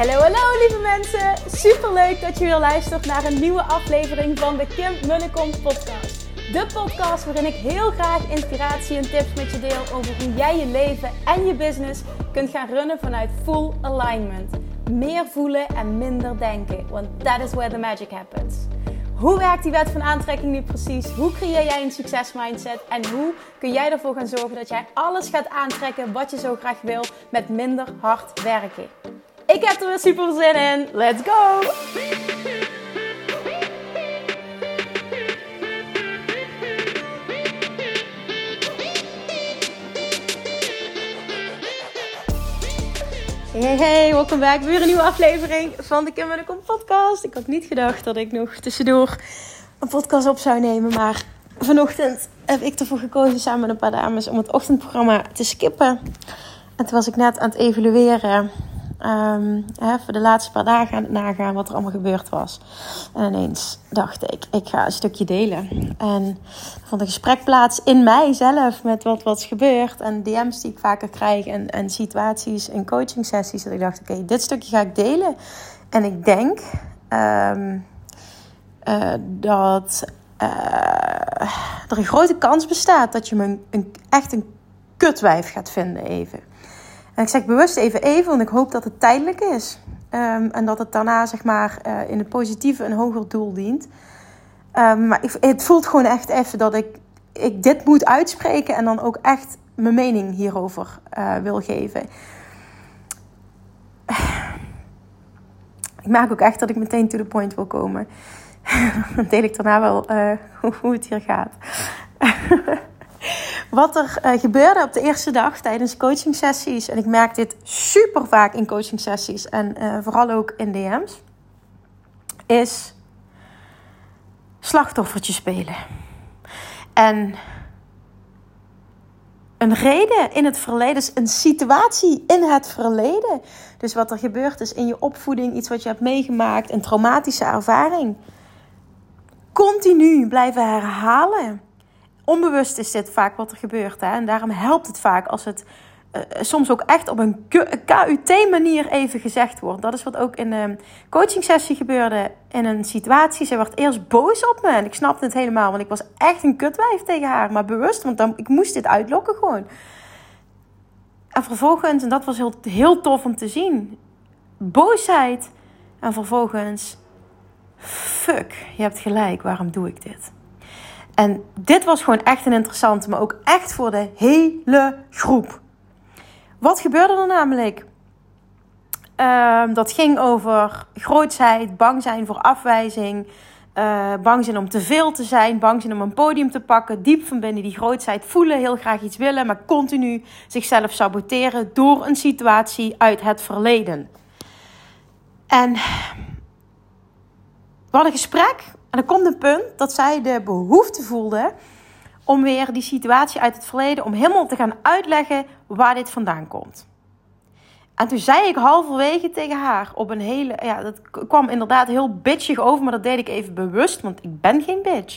Hallo lieve mensen, superleuk dat je weer luistert naar een nieuwe aflevering van de Kim Munnekom podcast. De podcast waarin ik heel graag inspiratie en tips met je deel over hoe jij je leven en je business kunt gaan runnen vanuit full alignment. Meer voelen en minder denken, want that is where the magic happens. Hoe werkt die wet van aantrekking nu precies? Hoe creëer jij een succesmindset? En hoe kun jij ervoor gaan zorgen dat jij alles gaat aantrekken wat je zo graag wil met minder hard werken? Ik heb er weer super zin in. Let's go! Hey, welkom back. Weer een nieuwe aflevering van de Kim Munnekom podcast. Ik had niet gedacht dat ik nog tussendoor een podcast op zou nemen. Maar vanochtend heb ik ervoor gekozen samen met een paar dames om het ochtendprogramma te skippen. En toen was ik net aan het evalueren. Voor de laatste paar dagen aan het nagaan wat er allemaal gebeurd was. En ineens dacht ik ga een stukje delen. En er vond een gesprek plaats in mijzelf met wat is gebeurd. En DM's die ik vaker krijg en situaties en coaching sessies. Dat ik dacht, oké, dit stukje ga ik delen. En ik denk dat er een grote kans bestaat dat je me echt een kutwijf gaat vinden even. En ik zeg bewust even, want ik hoop dat het tijdelijk is. En dat het daarna zeg maar in het positieve een hoger doel dient. Maar het voelt gewoon echt even dat ik dit moet uitspreken. En dan ook echt mijn mening hierover wil geven. Ik merk ook echt dat ik meteen to the point wil komen. Dan deel ik daarna wel hoe het hier gaat. Wat er gebeurde op de eerste dag tijdens coaching sessies. En ik merk dit super vaak in coaching sessies. En vooral ook in DM's. Is slachtoffertje spelen. En een reden in het verleden. Dus een situatie in het verleden. Dus wat er gebeurd is in je opvoeding. Iets wat je hebt meegemaakt. Een traumatische ervaring. Continu blijven herhalen. Onbewust is dit vaak wat er gebeurt. Hè? En daarom helpt het vaak als het soms ook echt op een KUT-manier even gezegd wordt. Dat is wat ook in een coaching sessie gebeurde in een situatie. Ze werd eerst boos op me en ik snapte het helemaal. Want ik was echt een kutwijf tegen haar. Maar bewust, want ik moest dit uitlokken gewoon. En vervolgens, en dat was heel tof om te zien. Boosheid. En vervolgens, fuck, je hebt gelijk, waarom doe ik dit? En dit was gewoon echt een interessante, maar ook echt voor de hele groep. Wat gebeurde er namelijk? Dat ging over grootsheid, bang zijn voor afwijzing, bang zijn om te veel te zijn, bang zijn om een podium te pakken, diep van binnen die grootsheid voelen, heel graag iets willen, maar continu zichzelf saboteren door een situatie uit het verleden. En we hadden een gesprek. En er komt een punt dat zij de behoefte voelde om weer die situatie uit het verleden, om helemaal te gaan uitleggen waar dit vandaan komt. En toen zei ik halverwege tegen haar op een hele, dat kwam inderdaad heel bitchig over, maar dat deed ik even bewust, want ik ben geen bitch.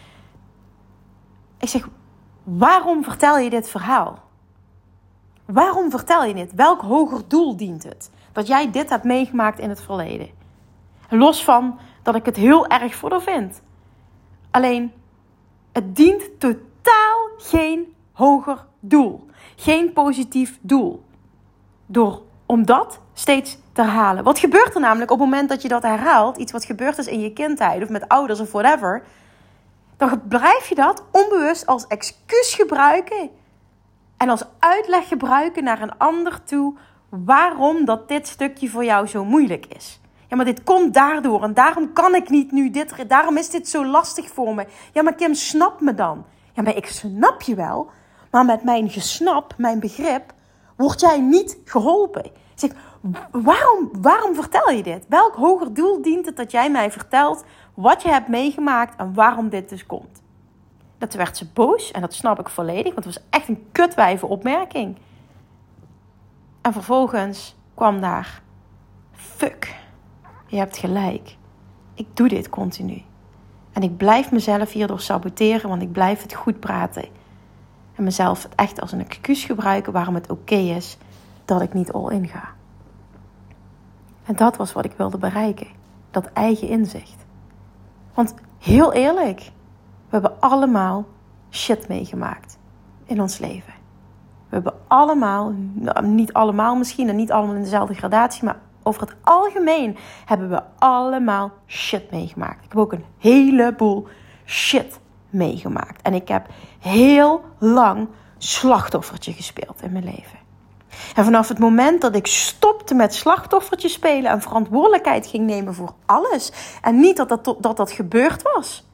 Ik zeg, waarom vertel je dit verhaal? Waarom vertel je dit? Welk hoger doel dient het? Dat jij dit hebt meegemaakt in het verleden. Los van dat ik het heel erg voor haar vind. Alleen, het dient totaal geen hoger doel. Geen positief doel. Om dat steeds te herhalen. Wat gebeurt er namelijk op het moment dat je dat herhaalt? Iets wat gebeurd is in je kindheid of met ouders of whatever. Dan blijf je dat onbewust als excuus gebruiken. En als uitleg gebruiken naar een ander toe. Waarom dat dit stukje voor jou zo moeilijk is. Ja, maar dit komt daardoor en daarom kan ik niet nu dit. Daarom is dit zo lastig voor me. Ja, maar Kim, snap me dan. Ja, maar ik snap je wel. Maar met mijn gesnap, mijn begrip, word jij niet geholpen. Ik zeg, waarom vertel je dit? Welk hoger doel dient het dat jij mij vertelt wat je hebt meegemaakt en waarom dit dus komt? Dat werd ze boos en dat snap ik volledig, want het was echt een kutwijve opmerking. En vervolgens kwam daar, fuck. Je hebt gelijk. Ik doe dit continu. En ik blijf mezelf hierdoor saboteren, want ik blijf het goed praten. En mezelf het echt als een excuus gebruiken waarom het oké is dat ik niet all in ga. En dat was wat ik wilde bereiken. Dat eigen inzicht. Want heel eerlijk, we hebben allemaal shit meegemaakt in ons leven. We hebben allemaal, niet allemaal misschien en niet allemaal in dezelfde gradatie, maar over het algemeen hebben we allemaal shit meegemaakt. Ik heb ook een heleboel shit meegemaakt. En ik heb heel lang slachtoffertje gespeeld in mijn leven. En vanaf het moment dat ik stopte met slachtoffertje spelen en verantwoordelijkheid ging nemen voor alles. En niet dat gebeurd was.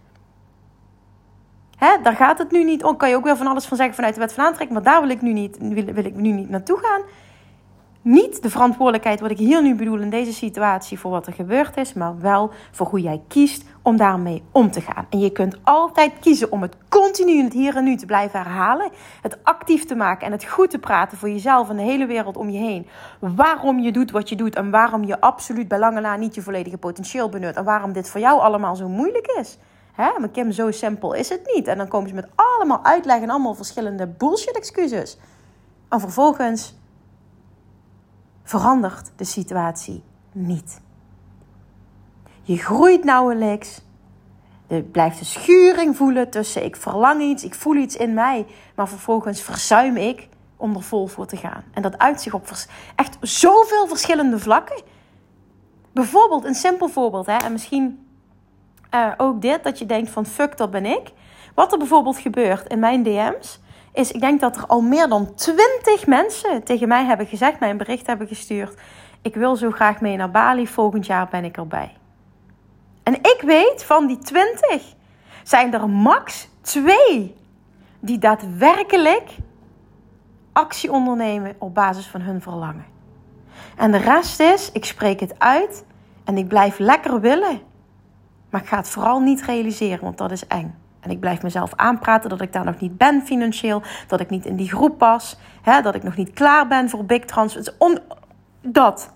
Daar gaat het nu niet om. Kan je ook weer van alles van zeggen vanuit de wet van aantrekking. Maar daar wil ik nu niet naartoe gaan. Niet de verantwoordelijkheid wat ik hier nu bedoel in deze situatie voor wat er gebeurd is. Maar wel voor hoe jij kiest om daarmee om te gaan. En je kunt altijd kiezen om het continu in het hier en nu te blijven herhalen. Het actief te maken en het goed te praten voor jezelf en de hele wereld om je heen. Waarom je doet wat je doet. En waarom je absoluut bij lange na niet je volledige potentieel benut. En waarom dit voor jou allemaal zo moeilijk is. Maar Kim, zo simpel is het niet. En dan komen ze met allemaal uitleg en allemaal verschillende bullshit excuses. En vervolgens verandert de situatie niet. Je groeit nauwelijks. Je blijft de schuring voelen tussen ik verlang iets, ik voel iets in mij. Maar vervolgens verzuim ik om er vol voor te gaan. En dat uit zich op echt zoveel verschillende vlakken. Bijvoorbeeld, een simpel voorbeeld. En misschien ook dit, dat je denkt van fuck, dat ben ik. Wat er bijvoorbeeld gebeurt in mijn DM's, is ik denk dat er al meer dan 20 mensen tegen mij hebben gezegd, mij een bericht hebben gestuurd. Ik wil zo graag mee naar Bali, volgend jaar ben ik erbij. En ik weet, van die 20 zijn er max 2 die daadwerkelijk actie ondernemen op basis van hun verlangen. En de rest is, ik spreek het uit en ik blijf lekker willen. Maar ik ga het vooral niet realiseren, want dat is eng. En ik blijf mezelf aanpraten dat ik daar nog niet ben financieel. Dat ik niet in die groep pas. Dat ik nog niet klaar ben voor big transfers. Dat.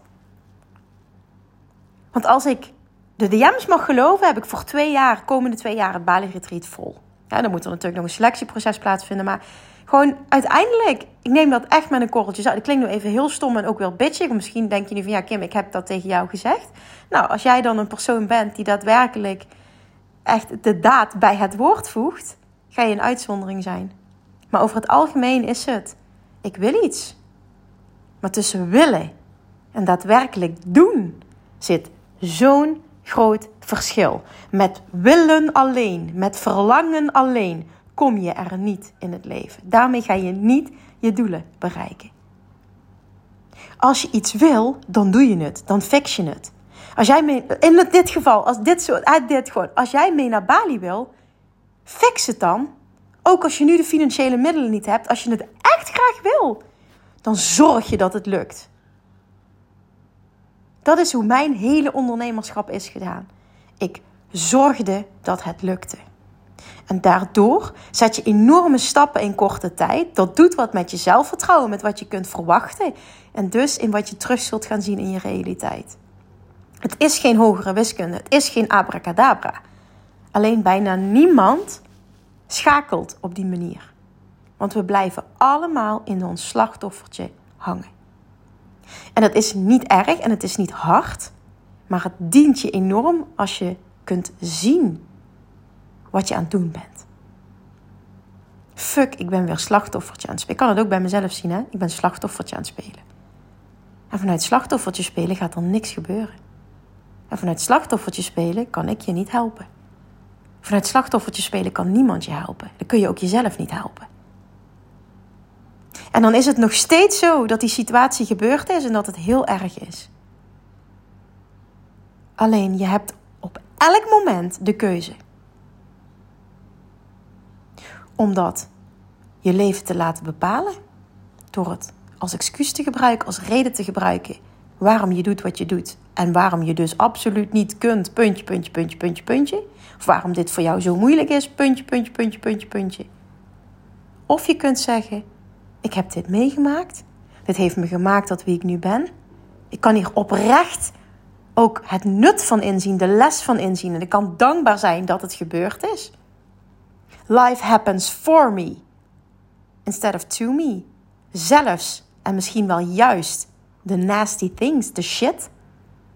Want als ik de DM's mag geloven, heb ik voor komende 2 jaar het Bali Retreat vol. Dan moet er natuurlijk nog een selectieproces plaatsvinden. Maar gewoon uiteindelijk, ik neem dat echt met een korreltje zout. Dat klinkt nu even heel stom en ook wel bitchig. Misschien denk je nu van, ja Kim, ik heb dat tegen jou gezegd. Nou, als jij dan een persoon bent die daadwerkelijk echt de daad bij het woord voegt, ga je een uitzondering zijn. Maar over het algemeen is het, ik wil iets. Maar tussen willen en daadwerkelijk doen zit zo'n groot verschil. Met willen alleen, met verlangen alleen, kom je er niet in het leven. Daarmee ga je niet je doelen bereiken. Als je iets wil, dan doe je het. Dan fix je het. Als jij in dit geval, als jij mee naar Bali wil, fix het dan. Ook als je nu de financiële middelen niet hebt, als je het echt graag wil, dan zorg je dat het lukt. Dat is hoe mijn hele ondernemerschap is gedaan. Ik zorgde dat het lukte. En daardoor zet je enorme stappen in korte tijd. Dat doet wat met je zelfvertrouwen, met wat je kunt verwachten. En dus in wat je terug zult gaan zien in je realiteit. Het is geen hogere wiskunde, het is geen abracadabra. Alleen bijna niemand schakelt op die manier. Want we blijven allemaal in ons slachtoffertje hangen. En dat is niet erg en het is niet hard. Maar het dient je enorm als je kunt zien wat je aan het doen bent. Fuck, ik ben weer slachtoffertje aan het spelen. Ik kan het ook bij mezelf zien, hè? Ik ben slachtoffertje aan het spelen. En vanuit slachtoffertje spelen gaat er niks gebeuren. En vanuit slachtoffertje spelen kan ik je niet helpen. Vanuit slachtoffertje spelen kan niemand je helpen. Dan kun je ook jezelf niet helpen. En dan is het nog steeds zo dat die situatie gebeurd is en dat het heel erg is. Alleen je hebt op elk moment de keuze. Om dat je leven te laten bepalen. Door het als excuus te gebruiken, als reden te gebruiken. Waarom je doet wat je doet. En waarom je dus absoluut niet kunt, puntje. Of waarom dit voor jou zo moeilijk is, puntje. Of je kunt zeggen, ik heb dit meegemaakt. Dit heeft me gemaakt tot wie ik nu ben. Ik kan hier oprecht ook het nut van inzien, de les van inzien. En ik kan dankbaar zijn dat het gebeurd is. Life happens for me. Instead of to me. Zelfs, en misschien wel juist, de nasty things, de shit,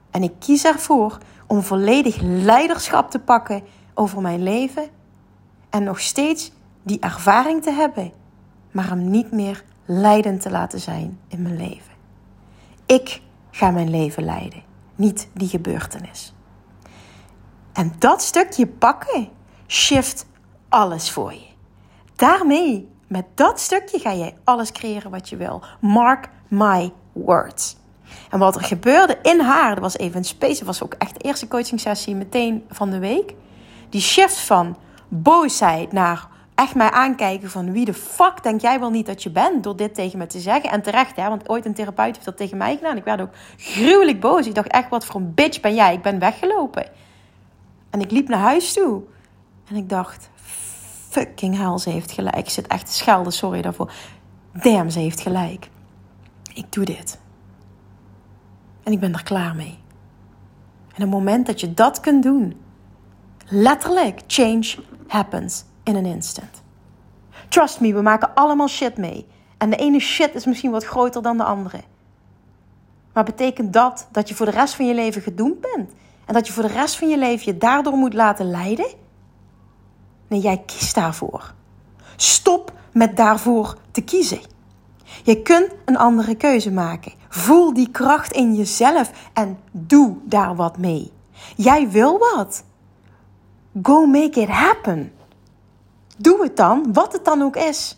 En ik kies ervoor om volledig leiderschap te pakken over mijn leven. En nog steeds die ervaring te hebben. Maar hem niet meer leidend te laten zijn in mijn leven. Ik ga mijn leven leiden. Niet die gebeurtenis. En dat stukje pakken shift alles voor je. Daarmee, met dat stukje ga jij alles creëren wat je wil. Mark my words. En wat er gebeurde in haar, dat was even een space, dat was ook echt de eerste coaching sessie meteen van de week. Die shift van boosheid naar echt mij aankijken van wie de fuck denk jij wel niet dat je bent door dit tegen me te zeggen. En terecht, hè, want ooit een therapeut heeft dat tegen mij gedaan. Ik werd ook gruwelijk boos. Ik dacht echt, wat voor een bitch ben jij? Ik ben weggelopen. En ik liep naar huis toe. En ik dacht, fucking hell, ze heeft gelijk. Ik zit echt te schelden, sorry daarvoor. Damn, ze heeft gelijk. Ik doe dit. En ik ben er klaar mee. En op het moment dat je dat kunt doen, letterlijk, change happens in an instant. Trust me, we maken allemaal shit mee. En de ene shit is misschien wat groter dan de andere. Maar betekent dat je voor de rest van je leven gedoemd bent? En dat je voor de rest van je leven je daardoor moet laten leiden? Nee, jij kiest daarvoor. Stop met daarvoor te kiezen. Je kunt een andere keuze maken. Voel die kracht in jezelf en doe daar wat mee. Jij wil wat. Go make it happen. Doe het dan, wat het dan ook is.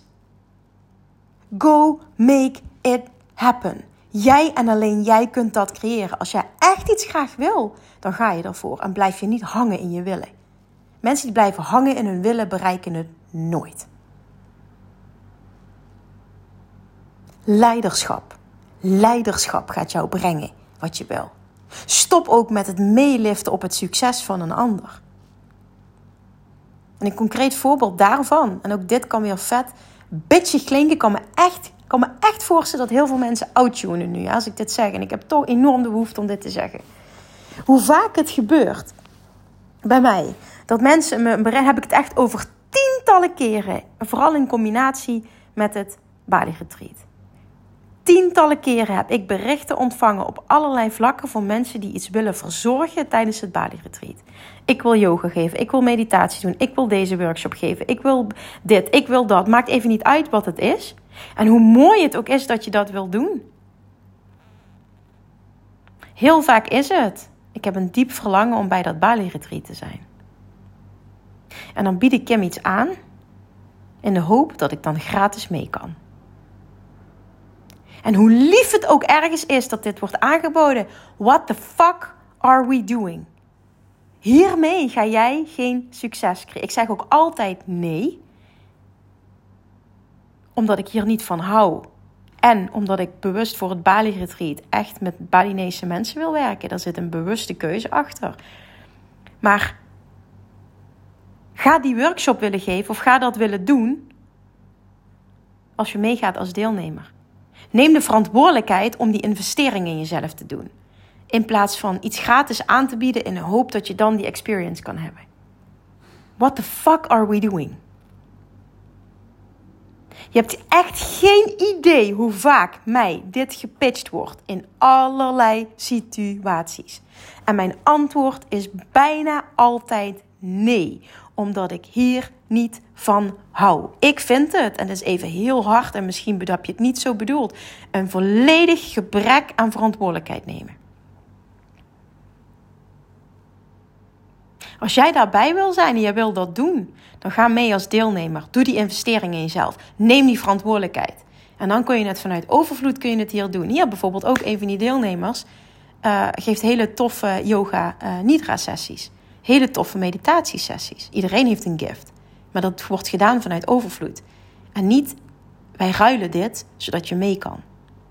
Go make it happen. Jij en alleen jij kunt dat creëren. Als jij echt iets graag wil, dan ga je ervoor. En blijf je niet hangen in je willen. Mensen die blijven hangen in hun willen, bereiken het nooit. Leiderschap. Leiderschap gaat jou brengen wat je wil. Stop ook met het meeliften op het succes van een ander. En een concreet voorbeeld daarvan, en ook dit kan weer vet bitchig klinken, kan me echt voorstellen dat heel veel mensen outtunen nu, als ik dit zeg. En ik heb toch enorm de behoefte om dit te zeggen. Hoe vaak het gebeurt bij mij, dat mensen heb ik het echt over tientallen keren, vooral in combinatie met het Bali Retreat. Tientallen keren heb ik berichten ontvangen op allerlei vlakken van mensen die iets willen verzorgen tijdens het Bali Retreat. Ik wil yoga geven, ik wil meditatie doen, ik wil deze workshop geven, ik wil dit, ik wil dat. Maakt even niet uit wat het is. En hoe mooi het ook is dat je dat wil doen. Heel vaak is het, ik heb een diep verlangen om bij dat Bali Retreat te zijn. En dan bied ik Kim iets aan in de hoop dat ik dan gratis mee kan. En hoe lief het ook ergens is dat dit wordt aangeboden. What the fuck are we doing? Hiermee ga jij geen succes creëren. Ik zeg ook altijd nee. Omdat ik hier niet van hou. En omdat ik bewust voor het Bali Retreat echt met Balinese mensen wil werken. Daar zit een bewuste keuze achter. Maar ga die workshop willen geven of ga dat willen doen als je meegaat als deelnemer. Neem de verantwoordelijkheid om die investering in jezelf te doen. In plaats van iets gratis aan te bieden in de hoop dat je dan die experience kan hebben. What the fuck are we doing? Je hebt echt geen idee hoe vaak mij dit gepitcht wordt in allerlei situaties. En mijn antwoord is bijna altijd nee. Omdat ik hier niet van hou. Ik vind het, en dat is even heel hard en misschien heb je het niet zo bedoeld, een volledig gebrek aan verantwoordelijkheid nemen. Als jij daarbij wil zijn en je wil dat doen, dan ga mee als deelnemer. Doe die investering in jezelf. Neem die verantwoordelijkheid. En dan kun je het vanuit overvloed hier doen. Hier bijvoorbeeld ook een van die deelnemers geeft hele toffe yoga nidra sessies. Hele toffe meditatiesessies. Iedereen heeft een gift. Maar dat wordt gedaan vanuit overvloed. En niet, wij ruilen dit, zodat je mee kan.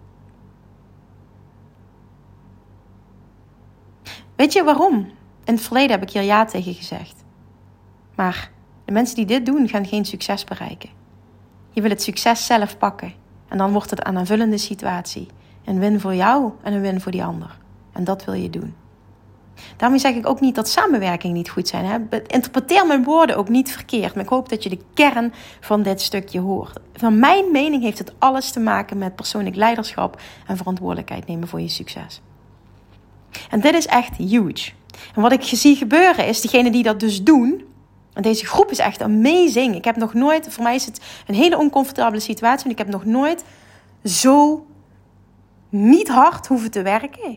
Weet je waarom? In het verleden heb ik hier ja tegen gezegd. Maar de mensen die dit doen, gaan geen succes bereiken. Je wil het succes zelf pakken. En dan wordt het een aanvullende situatie. Een win voor jou en een win voor die ander. En dat wil je doen. Daarmee zeg ik ook niet dat samenwerking niet goed zijn. Hè? Interpreteer mijn woorden ook niet verkeerd. Maar ik hoop dat je de kern van dit stukje hoort. Van mijn mening heeft het alles te maken met persoonlijk leiderschap en verantwoordelijkheid nemen voor je succes. En dit is echt huge. En wat ik zie gebeuren is, diegenen die dat dus doen... En deze groep is echt amazing. Ik heb nog nooit... Voor mij is het een hele oncomfortabele situatie. Want ik heb nog nooit zo niet hard hoeven te werken.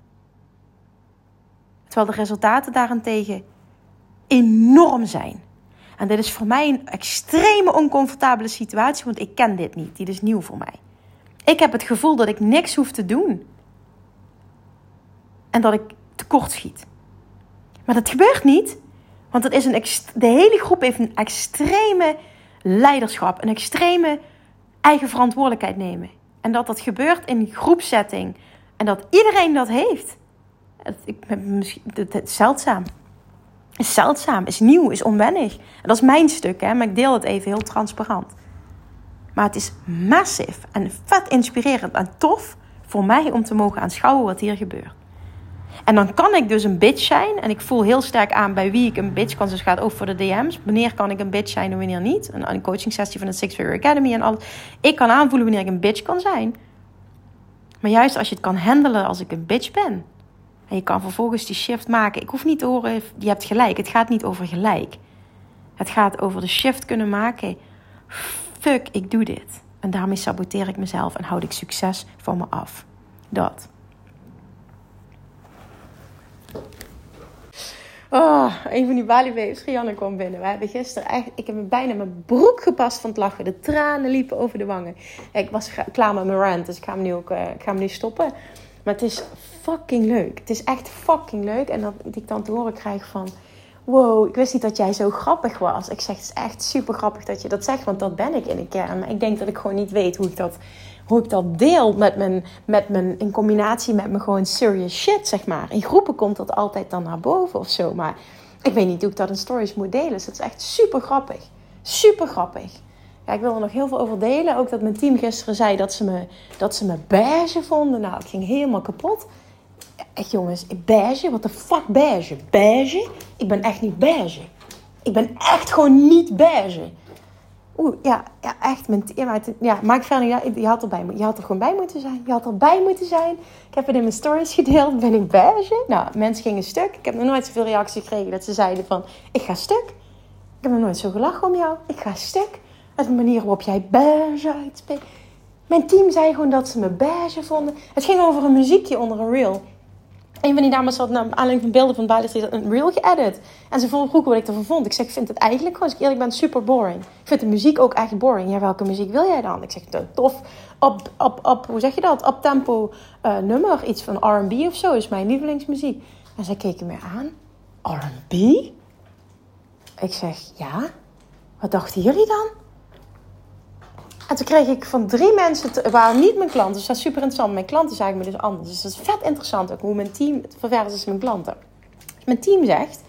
Terwijl de resultaten daarentegen enorm zijn. En dit is voor mij een extreme oncomfortabele situatie. Want ik ken dit niet. Dit is nieuw voor mij. Ik heb het gevoel dat ik niks hoef te doen. En dat ik tekortschiet. Maar dat gebeurt niet. Want het is de hele groep heeft een extreme leiderschap. Een extreme eigen verantwoordelijkheid nemen. En dat gebeurt in groepsetting. En dat iedereen dat heeft. Het is zeldzaam. Is zeldzaam, is nieuw, is onwennig. En dat is mijn stuk, hè? Maar ik deel het even heel transparant. Maar het is massief en vet inspirerend en tof voor mij om te mogen aanschouwen wat hier gebeurt. En dan kan ik dus een bitch zijn. En ik voel heel sterk aan bij wie ik een bitch kan. Dus het gaat ook voor de DM's. Wanneer kan ik een bitch zijn en wanneer niet. Een coaching sessie van de Six Figure Academy en alles. Ik kan aanvoelen wanneer ik een bitch kan zijn. Maar juist als je het kan handelen als ik een bitch ben. En je kan vervolgens die shift maken. Ik hoef niet te horen, je hebt gelijk. Het gaat niet over gelijk. Het gaat over de shift kunnen maken. Fuck, ik doe dit. En daarmee saboteer ik mezelf en houd ik succes van me af. Dat. Oh, een van die Bali-babes, Rianne, kwam binnen. We hebben gisteren echt... Ik heb me bijna mijn broek gepast van het lachen. De tranen liepen over de wangen. Ik was klaar met mijn rant, dus ik ga hem nu stoppen. Maar het is fucking leuk. Het is echt fucking leuk. En dat ik dan te horen krijg van... Wow, ik wist niet dat jij zo grappig was. Ik zeg, het is echt super grappig dat je dat zegt. Want dat ben ik in de kern. Maar ik denk dat ik gewoon niet weet hoe ik dat deel met mijn in combinatie met mijn gewoon serious shit, zeg maar. In groepen komt dat altijd dan naar boven of zo. Maar ik weet niet hoe ik dat in stories moet delen. Dus dat is echt super grappig. Super grappig. Ja, ik wil er nog heel veel over delen. Ook dat mijn team gisteren zei dat ze me beige vonden. Nou, ik ging helemaal kapot. Echt jongens, beige? What the fuck beige? Beige? Ik ben echt niet beige. Ik ben echt gewoon niet beige. Oeh, ja, echt. Maakt verder niet. Je had er gewoon bij moeten zijn. Je had erbij moeten zijn. Ik heb het in mijn stories gedeeld. Ben ik beige? Nou, mensen gingen stuk. Ik heb nog nooit zoveel reacties gekregen dat ze zeiden van... Ik ga stuk. Ik heb nog nooit zo gelachen om jou. Ik ga stuk. Dat is de manier waarop jij beige uitspreekt. Mijn team zei gewoon dat ze me beige vonden. Het ging over een muziekje onder een reel. Een van die dames had naar aanleiding van beelden van Bali een reel geëdit. En ze vroegen wat ik ervan vond. Ik zeg, ik vind het eigenlijk gewoon, als ik eerlijk ben, super boring. Ik vind de muziek ook echt boring. Ja, welke muziek wil jij dan? Ik zeg, tof, hoe zeg je dat? Op tempo nummer. Iets van R&B of zo is mijn lievelingsmuziek. En zij keken me aan. R&B? Ik zeg, ja. Wat dachten jullie dan? En toen kreeg ik van 3 mensen, het waren niet mijn klanten, dus dat is super interessant. Mijn klanten zagen me dus anders. Dus dat is vet interessant ook, hoe mijn team versus mijn klanten. Dus mijn team zegt,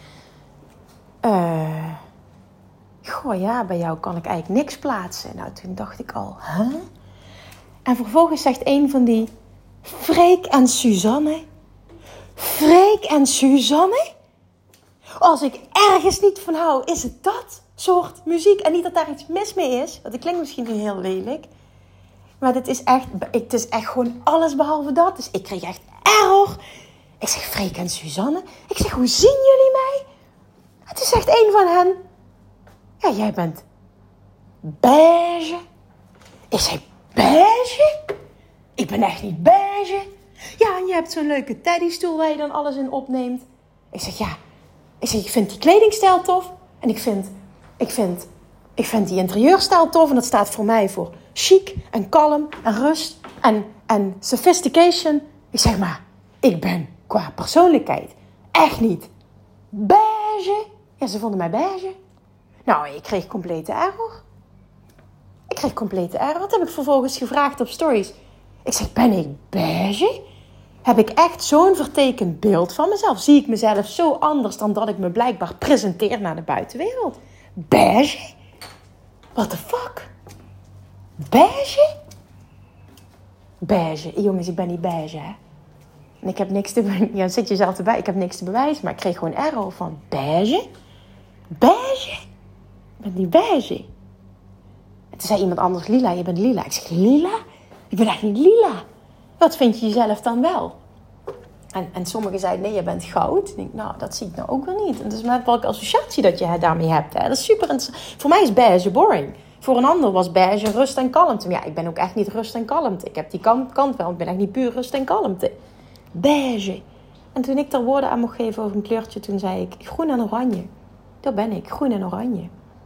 goh ja, bij jou kan ik eigenlijk niks plaatsen. Nou, toen dacht ik al, huh? En vervolgens zegt een van die, Freek en Suzanne? Freek en Suzanne? Als ik ergens niet van hou, is het dat soort muziek. En niet dat daar iets mis mee is. Want het klinkt misschien heel lelijk. Maar het is echt gewoon alles behalve dat. Dus ik kreeg echt error. Ik zeg, Freek en Suzanne. Ik zeg, hoe zien jullie mij? En toen zegt een van hen. Ja, jij bent beige. Ik zeg, beige? Ik ben echt niet beige. Ja, en je hebt zo'n leuke teddystoel waar je dan alles in opneemt. Ik zeg, ja. Ik vind die kledingstijl tof. En ik vind die interieurstijl tof. En dat staat voor mij voor chic en kalm en rust en sophistication. Ik zeg maar, ik ben qua persoonlijkheid echt niet beige. Ja, ze vonden mij beige. Nou, ik kreeg complete error. Wat heb ik vervolgens gevraagd op stories? Ik zeg, ben ik beige? Heb ik echt zo'n vertekend beeld van mezelf? Zie ik mezelf zo anders dan dat ik me blijkbaar presenteer naar de buitenwereld? Beige? What the fuck? Beige? Beige. Jongens, ik ben niet beige, hè? En ik heb niks te... Ja, zit jezelf erbij. Ik heb niks te bewijzen, maar ik kreeg gewoon error van beige? Beige? Ik ben niet beige. En toen zei iemand anders, lila, je bent lila. Ik zeg, lila? Ik ben echt niet lila. Wat vind je jezelf dan wel? En sommigen zeiden, nee, je bent goud. Ik denk, nou, dat zie ik nou ook weer niet. En dat is net welke associatie dat je daarmee hebt. Hè? Dat is super interessant. Voor mij is beige boring. Voor een ander was beige rust en kalmte. Maar ja, ik ben ook echt niet rust en kalmte. Ik heb die kant wel. Ik ben echt niet puur rust en kalmte. Beige. En toen ik daar woorden aan mocht geven over een kleurtje, toen zei ik groen en oranje. Dat ben ik, groen en oranje.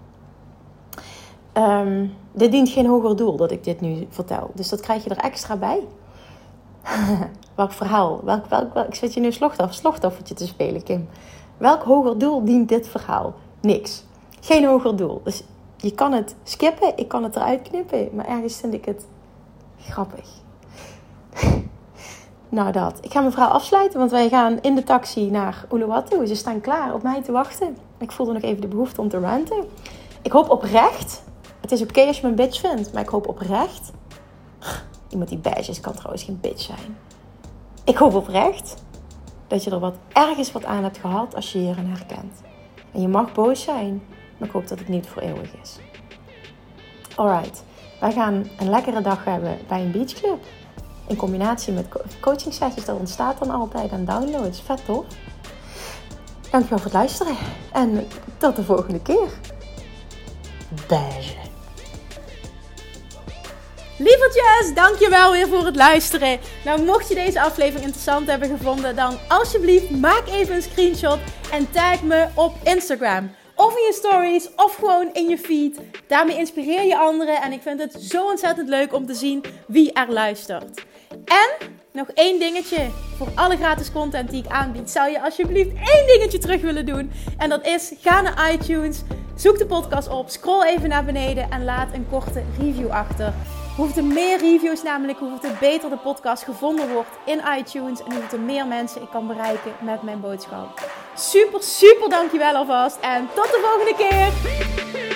Dit dient geen hoger doel dat ik dit nu vertel. Dus dat krijg je er extra bij. Welk verhaal? Ik zit je nu slachtoffertje te spelen, Kim. Welk hoger doel dient dit verhaal? Niks. Geen hoger doel. Dus je kan het skippen, ik kan het eruit knippen. Maar ergens vind ik het grappig. Nou dat. Ik ga mijn verhaal afsluiten, want wij gaan in de taxi naar Uluwatu. Ze staan klaar op mij te wachten. Ik voelde nog even de behoefte om te ranten. Ik hoop oprecht. Het is oké als je me een bitch vindt, maar ik hoop oprecht. Iemand die beige is, kan trouwens geen bitch zijn. Ik hoop oprecht dat je er ergens wat aan hebt gehad als je je hierin herkent. En je mag boos zijn, maar ik hoop dat het niet voor eeuwig is. Alright, wij gaan een lekkere dag hebben bij een beachclub. In combinatie met coaching sessies, dat ontstaat dan altijd aan downloads. Vet toch? Dankjewel voor het luisteren. En tot de volgende keer. Beige. Lievertjes, dankjewel weer voor het luisteren. Nou, mocht je deze aflevering interessant hebben gevonden, dan alsjeblieft maak even een screenshot en tag me op Instagram. Of in je stories, of gewoon in je feed. Daarmee inspireer je anderen en ik vind het zo ontzettend leuk om te zien wie er luistert. En nog één dingetje. Voor alle gratis content die ik aanbied, zou je alsjeblieft één dingetje terug willen doen. En dat is, ga naar iTunes, zoek de podcast op, scroll even naar beneden en laat een korte review achter. Hoeveel er meer reviews namelijk, hoeveel beter de podcast gevonden wordt in iTunes. En hoeveel er meer mensen ik kan bereiken met mijn boodschap. Super, super dankjewel alvast. En tot de volgende keer.